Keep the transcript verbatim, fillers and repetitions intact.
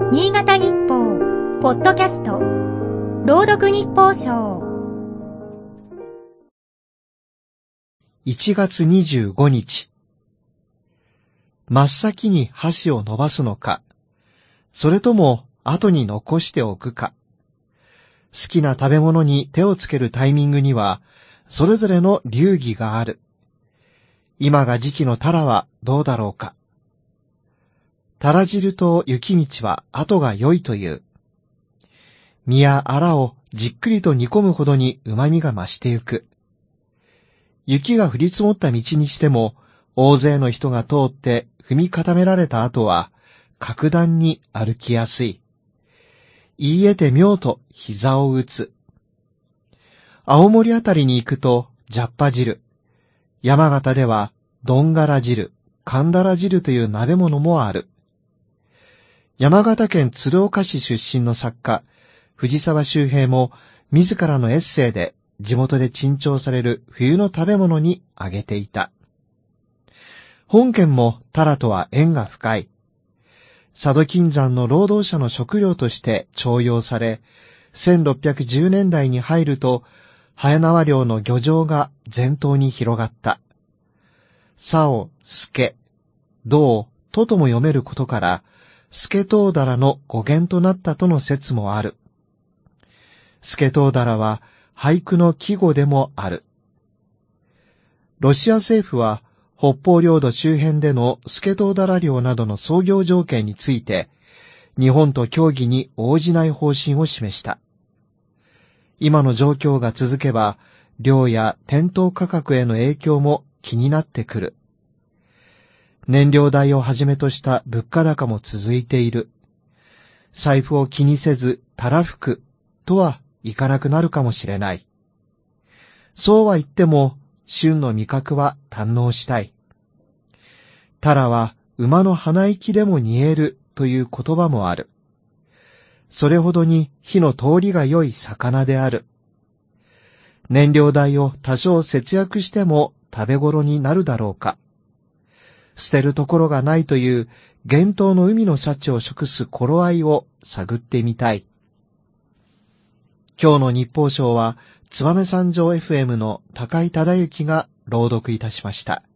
新潟日報ポッドキャスト朗読日報賞いちがつにじゅうごにち、真っ先に箸を伸ばすのか、それとも後に残しておくか。好きな食べ物に手をつけるタイミングにはそれぞれの流儀がある。今が時期のタラはどうだろうか。タラ汁と雪道は後が良いという。身やアをじっくりと煮込むほどに旨味が増してゆく。雪が降り積もった道にしても、大勢の人が通って踏み固められた後は、格段に歩きやすい。言い得て妙と膝を打つ。青森あたりに行くと、じゃっぱ汁。山形では、どんがら汁、かんだら汁という鍋物もある。山形県鶴岡市出身の作家、藤沢周平も、自らのエッセイで、地元で珍重される冬の食べ物に挙げていた。本県もタラとは縁が深い。佐渡金山の労働者の食料として重用され、せんろっぴゃくじゅうねんだいに入ると、早縄漁の漁場が全島に広がった。さお、すけ、どう、ととも読めることから、スケトウダラの語源となったとの説もある。スケトウダラは俳句の季語でもある。ロシア政府は北方領土周辺でのスケトウダラ漁などの操業条件について、日本と協議に応じない方針を示した。今の状況が続けば、漁や店頭価格への影響も気になってくる。燃料代をはじめとした物価高も続いている。財布を気にせずたらふくとはいかなくなるかもしれない。そうは言っても、旬の味覚は堪能したい。タラは馬の鼻息でも煮えるという言葉もある。それほどに火の通りが良い魚である。燃料代を多少節約しても食べ頃になるだろうか。捨てるところがないという厳冬の海の幸を食す頃合いを探ってみたい。今日の日報賞は燕三条 エフエム の高井忠之が朗読いたしました。